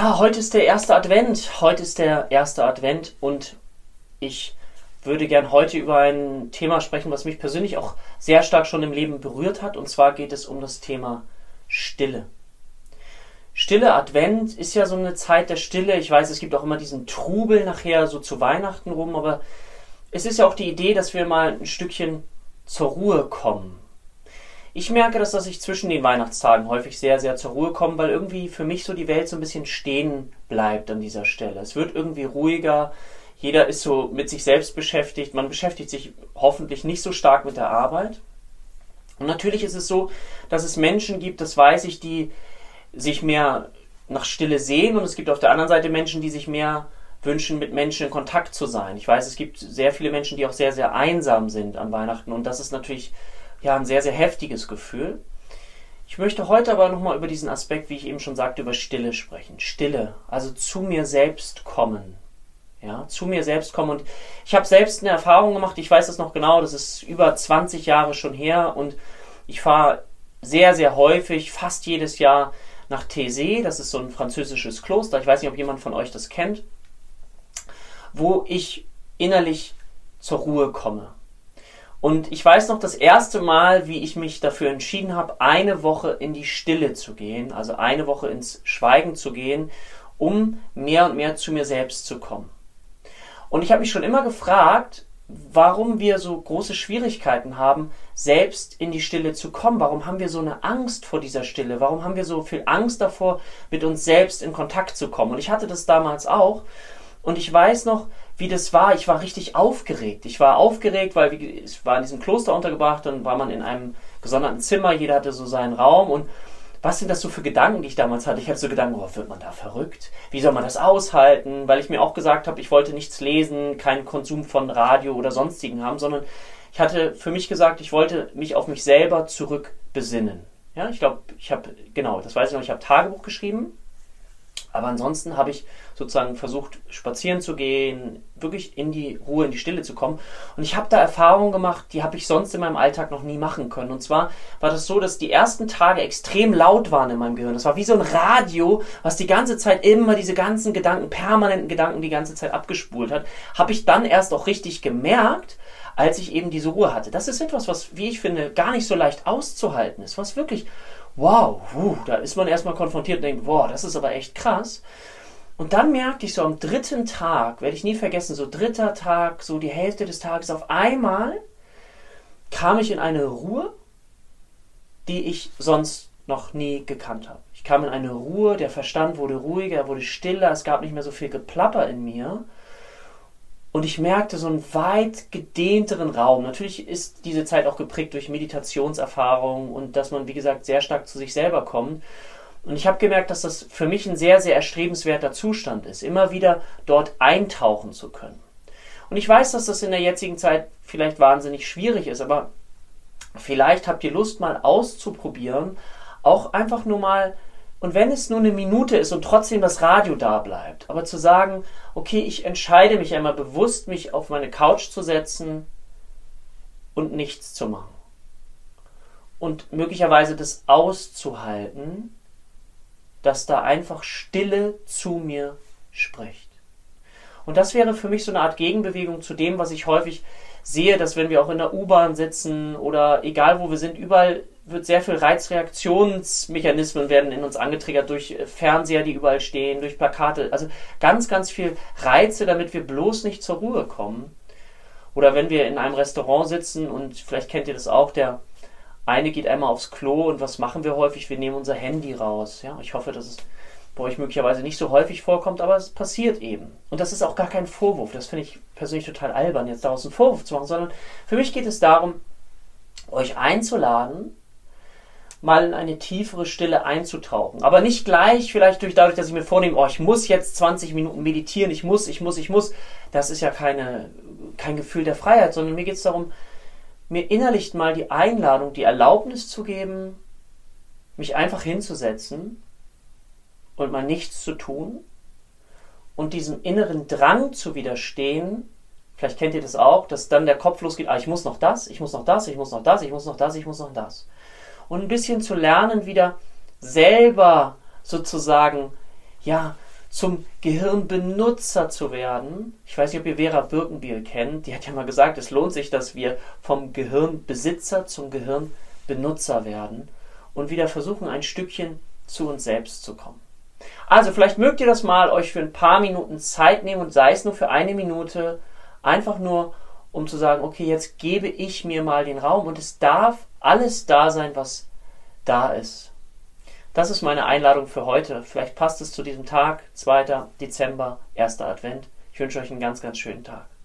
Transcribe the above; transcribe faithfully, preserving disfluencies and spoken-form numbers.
Ja, heute ist der erste Advent. Heute ist der erste Advent und ich würde gern heute über ein Thema sprechen, was mich persönlich auch sehr stark schon im Leben berührt hat. Und zwar geht es um das Thema Stille. Stille, Advent ist ja so eine Zeit der Stille. Ich weiß, es gibt auch immer diesen Trubel nachher so zu Weihnachten rum, aber es ist ja auch die Idee, dass wir mal ein Stückchen zur Ruhe kommen. Ich merke, dass, dass ich zwischen den Weihnachtstagen häufig sehr, sehr zur Ruhe komme, weil irgendwie für mich so die Welt so ein bisschen stehen bleibt an dieser Stelle. Es wird irgendwie ruhiger, jeder ist so mit sich selbst beschäftigt, man beschäftigt sich hoffentlich nicht so stark mit der Arbeit. Und natürlich ist es so, dass es Menschen gibt, das weiß ich, die sich mehr nach Stille sehen, und es gibt auf der anderen Seite Menschen, die sich mehr wünschen, mit Menschen in Kontakt zu sein. Ich weiß, es gibt sehr viele Menschen, die auch sehr, sehr einsam sind an Weihnachten, und das ist natürlich ja ein sehr, sehr heftiges Gefühl. Ich möchte heute aber nochmal über diesen Aspekt, wie ich eben schon sagte, über Stille sprechen. Stille, also zu mir selbst kommen. Ja, zu mir selbst kommen. Und ich habe selbst eine Erfahrung gemacht, ich weiß das noch genau, das ist über zwanzig Jahre schon her, und ich fahre sehr, sehr häufig, fast jedes Jahr nach Taizé, das ist so ein französisches Kloster, ich weiß nicht, ob jemand von euch das kennt, wo ich innerlich zur Ruhe komme. Und ich weiß noch das erste Mal, wie ich mich dafür entschieden habe, eine Woche in die Stille zu gehen, also eine Woche ins Schweigen zu gehen, um mehr und mehr zu mir selbst zu kommen. Und ich habe mich schon immer gefragt, warum wir so große Schwierigkeiten haben, selbst in die Stille zu kommen. Warum haben wir so eine Angst vor dieser Stille? Warum haben wir so viel Angst davor, mit uns selbst in Kontakt zu kommen? Und ich hatte das damals auch. Und ich weiß noch, wie das war. Ich war richtig aufgeregt. Ich war aufgeregt, weil ich war in diesem Kloster untergebracht, dann war man in einem gesonderten Zimmer, jeder hatte so seinen Raum. Und was sind das so für Gedanken, die ich damals hatte? Ich hatte so Gedanken, oh, wird man da verrückt? Wie soll man das aushalten? Weil ich mir auch gesagt habe, ich wollte nichts lesen, keinen Konsum von Radio oder sonstigen haben, sondern ich hatte für mich gesagt, ich wollte mich auf mich selber zurückbesinnen. Ja, ich glaube, ich habe, genau, das weiß ich noch, ich habe Tagebuch geschrieben. Aber ansonsten habe ich sozusagen versucht, spazieren zu gehen, wirklich in die Ruhe, in die Stille zu kommen. Und ich habe da Erfahrungen gemacht, die habe ich sonst in meinem Alltag noch nie machen können. Und zwar war das so, dass die ersten Tage extrem laut waren in meinem Gehirn. Das war wie so ein Radio, was die ganze Zeit immer diese ganzen Gedanken, permanenten Gedanken die ganze Zeit abgespult hat. Habe ich dann erst auch richtig gemerkt, als ich eben diese Ruhe hatte. Das ist etwas, was, wie ich finde, gar nicht so leicht auszuhalten ist, was wirklich wow, wuh, da ist man erstmal konfrontiert und denkt, wow, das ist aber echt krass. Und dann merkte ich so am dritten Tag, werde ich nie vergessen, so dritter Tag, so die Hälfte des Tages, auf einmal kam ich in eine Ruhe, die ich sonst noch nie gekannt habe. Ich kam in eine Ruhe, der Verstand wurde ruhiger, er wurde stiller, es gab nicht mehr so viel Geplapper in mir. Und ich merkte so einen weit gedehnteren Raum. Natürlich ist diese Zeit auch geprägt durch Meditationserfahrungen und dass man, wie gesagt, sehr stark zu sich selber kommt. Und ich habe gemerkt, dass das für mich ein sehr, sehr erstrebenswerter Zustand ist, immer wieder dort eintauchen zu können. Und ich weiß, dass das in der jetzigen Zeit vielleicht wahnsinnig schwierig ist, aber vielleicht habt ihr Lust, mal auszuprobieren, auch einfach nur mal, und wenn es nur eine Minute ist und trotzdem das Radio da bleibt, aber zu sagen, okay, ich entscheide mich einmal bewusst, mich auf meine Couch zu setzen und nichts zu machen. Und möglicherweise das auszuhalten, dass da einfach Stille zu mir spricht. Und das wäre für mich so eine Art Gegenbewegung zu dem, was ich häufig sehe, dass wenn wir auch in der U-Bahn sitzen oder egal wo wir sind, überall wird sehr viel Reizreaktionsmechanismen werden in uns angetriggert durch Fernseher, die überall stehen, durch Plakate. Also ganz, ganz viel Reize, damit wir bloß nicht zur Ruhe kommen. Oder wenn wir in einem Restaurant sitzen und vielleicht kennt ihr das auch, der eine geht einmal aufs Klo und was machen wir häufig? Wir nehmen unser Handy raus. Ja, ich hoffe, dass es bei euch möglicherweise nicht so häufig vorkommt, aber es passiert eben. Und das ist auch gar kein Vorwurf. Das finde ich persönlich total albern, jetzt daraus einen Vorwurf zu machen, sondern für mich geht es darum, euch einzuladen, mal in eine tiefere Stille einzutauchen. Aber nicht gleich vielleicht durch dadurch, dass ich mir vornehme, oh, ich muss jetzt zwanzig Minuten meditieren, ich muss, ich muss, ich muss. Das ist ja keine, kein Gefühl der Freiheit, sondern mir geht es darum, mir innerlich mal die Einladung, die Erlaubnis zu geben, mich einfach hinzusetzen und mal nichts zu tun und diesem inneren Drang zu widerstehen. Vielleicht kennt ihr das auch, dass dann der Kopf losgeht, ah, ich muss noch das, ich muss noch das, ich muss noch das, ich muss noch das, ich muss noch das. Und ein bisschen zu lernen, wieder selber sozusagen, ja, zum Gehirnbenutzer zu werden. Ich weiß nicht, ob ihr Vera Birkenbiel kennt. Die hat ja mal gesagt, es lohnt sich, dass wir vom Gehirnbesitzer zum Gehirnbenutzer werden und wieder versuchen, ein Stückchen zu uns selbst zu kommen. Also vielleicht mögt ihr das mal euch für ein paar Minuten Zeit nehmen und sei es nur für eine Minute, einfach nur um zu sagen, okay, jetzt gebe ich mir mal den Raum und es darf alles da sein, was da ist. Das ist meine Einladung für heute. Vielleicht passt es zu diesem Tag, zweiter Dezember, erster Advent. Ich wünsche euch einen ganz, ganz schönen Tag.